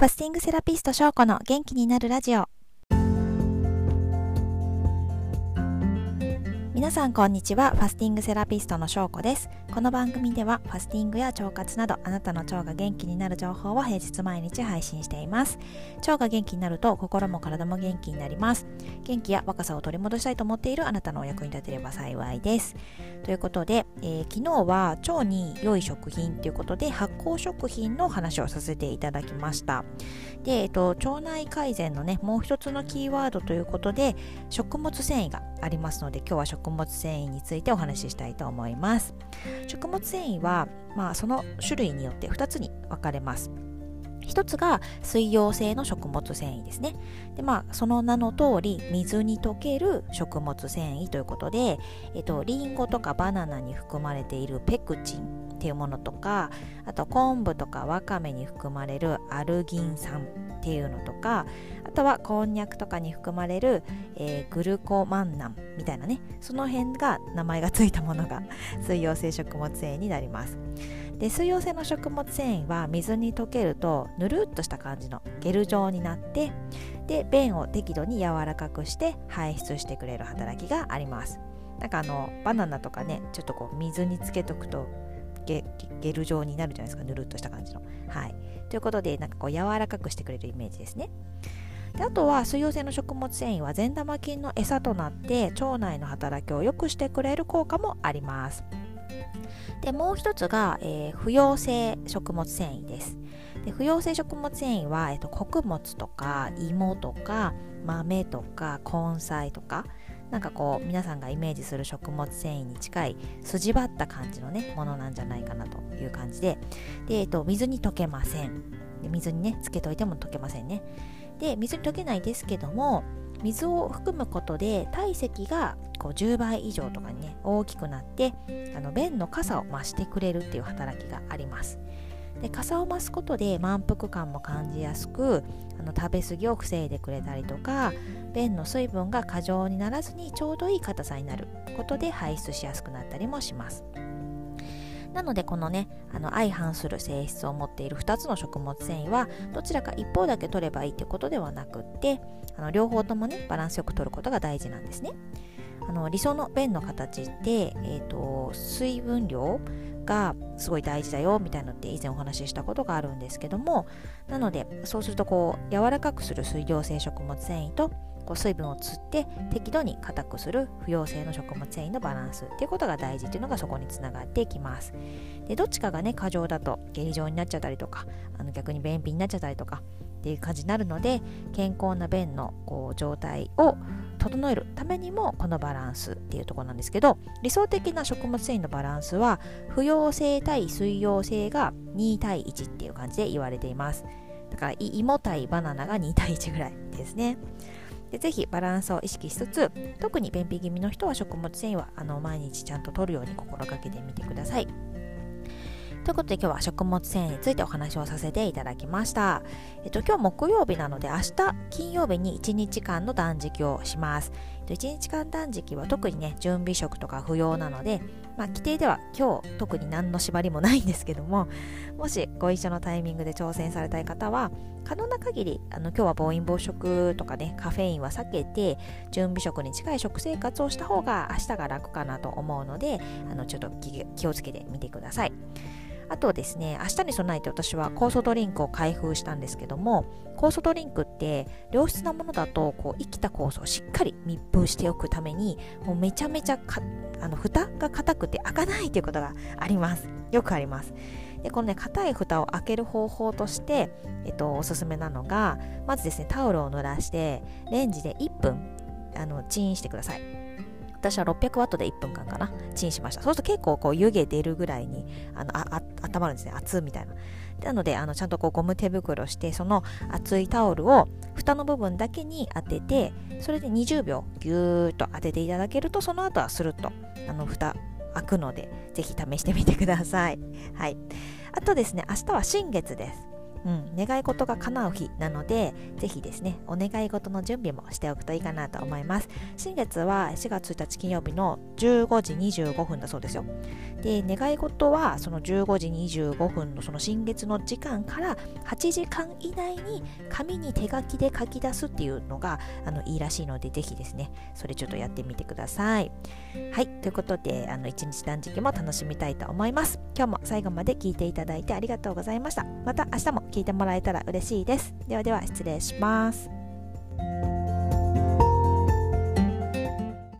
ファスティングセラピスト翔子の元気になるラジオ。皆さんこんにちは。ファスティングセラピストの翔子です。この番組ではファスティングや腸活などあなたの腸が元気になる情報を平日毎日配信しています。腸が元気になると心も体も元気になります。元気や若さを取り戻したいと思っているあなたのお役に立てれば幸いです。ということで、昨日は腸に良い食品ということで発酵食品の話をさせていただきました。で、腸内改善のねもう一つのキーワードということで食物繊維がありますので、今日は食物繊維についてお話ししたいと思います。食物繊維は、その種類によって2つに分かれます。一つが水溶性の食物繊維ですね。で、その名の通り水に溶ける食物繊維ということで、リンゴとかバナナに含まれているペクチンっていうものとか、あと昆布とかわかめに含まれるアルギン酸っていうのとか、あとはこんにゃくとかに含まれる、グルコマンナンみたいなね、その辺が名前がついたものが水溶性食物繊維になります。で、水溶性の食物繊維は水に溶けるとぬるっとした感じのゲル状になって、で便を適度に柔らかくして排出してくれる働きがあります。なんかバナナとかね、ちょっとこう水につけとくとゲル状になるじゃないですか、ぬるっとした感じの。はい。ということで、なんかこう柔らかくしてくれるイメージですね。で、あとは水溶性の食物繊維は善玉菌の餌となって腸内の働きを良くしてくれる効果もあります。で、もう一つが、不溶性食物繊維です。で、不溶性食物繊維は、穀物とか芋とか豆とか根菜とか、なんかこう皆さんがイメージする食物繊維に近い筋張った感じのねものなんじゃないかなという感じで、水に溶けません。で、水にねつけといても溶けませんね。で、水に溶けないですけども、水を含むことで体積がこう10倍以上とかにね大きくなって、便のかさを増してくれるっていう働きがあります。で、かさを増すことで満腹感も感じやすく、食べ過ぎを防いでくれたりとか、便の水分が過剰にならずにちょうどいい硬さになることで排出しやすくなったりもします。なのでこのね相反する性質を持っている2つの食物繊維はどちらか一方だけ取ればいいということではなくって、両方ともねバランスよく取ることが大事なんですね。理想の便の形って、水分量がすごい大事だよみたいなのって以前お話ししたことがあるんですけども、なのでそうするとこう柔らかくする水溶性食物繊維とこう水分を吸って適度に硬くする不溶性の食物繊維のバランスっていうことが大事っていうのがそこにつながっていきます。で、どっちかがね過剰だと下痢状になっちゃったりとか、逆に便秘になっちゃったりとかっていう感じになるので、健康な便のこう状態を整えるためにもこのバランスっていうところなんですけど、理想的な食物繊維のバランスは不溶性対水溶性が2対1っていう感じで言われています。だから芋対バナナが2対1ぐらいですね。で、ぜひバランスを意識しつつ、特に便秘気味の人は食物繊維は毎日ちゃんと摂るように心がけてみてください。ということで今日は食物繊維についてお話をさせていただきました。今日木曜日なので明日金曜日に1日間の断食をします。1日間断食は特にね準備食とか不要なので、規定では今日特に何の縛りもないんですけども、もしご一緒のタイミングで挑戦されたい方は可能な限り今日は暴飲暴食とかねカフェインは避けて準備食に近い食生活をした方が明日が楽かなと思うので、ちょっと気をつけてみてください。あとですね、明日に備えて私は酵素ドリンクを開封したんですけども、酵素ドリンクって良質なものだとこう生きた酵素をしっかり密封しておくためにもうめちゃめちゃ蓋が硬くて開かないということがあります。よくあります。で、このね硬い蓋を開ける方法として、おすすめなのが、まずですねタオルを濡らしてレンジで1分チンしてください。私は600ワットで1分間かなチンしました。そうすると結構こう湯気出るぐらいに温まるんですね。熱みたいな。なのでちゃんとこうゴム手袋してその熱いタオルを蓋の部分だけに当てて、それで20秒ギューッと当てていただけると、その後はスルッと蓋開くのでぜひ試してみてください。はい。あとですね、明日は新月です。 願い事が叶う日なので、ぜひですね、お願い事の準備もしておくといいかなと思います。新月は4月1日金曜日の15時25分だそうですよ。で、願い事はその15時25分のその新月の時間から8時間以内に紙に手書きで書き出すっていうのがいいらしいので、ぜひですね、それちょっとやってみてください。はい、ということで一日断食も楽しみたいと思います。今日も最後まで聞いていただいてありがとうございました。また明日も聞いてもらえたら嬉しいです。ではでは失礼します。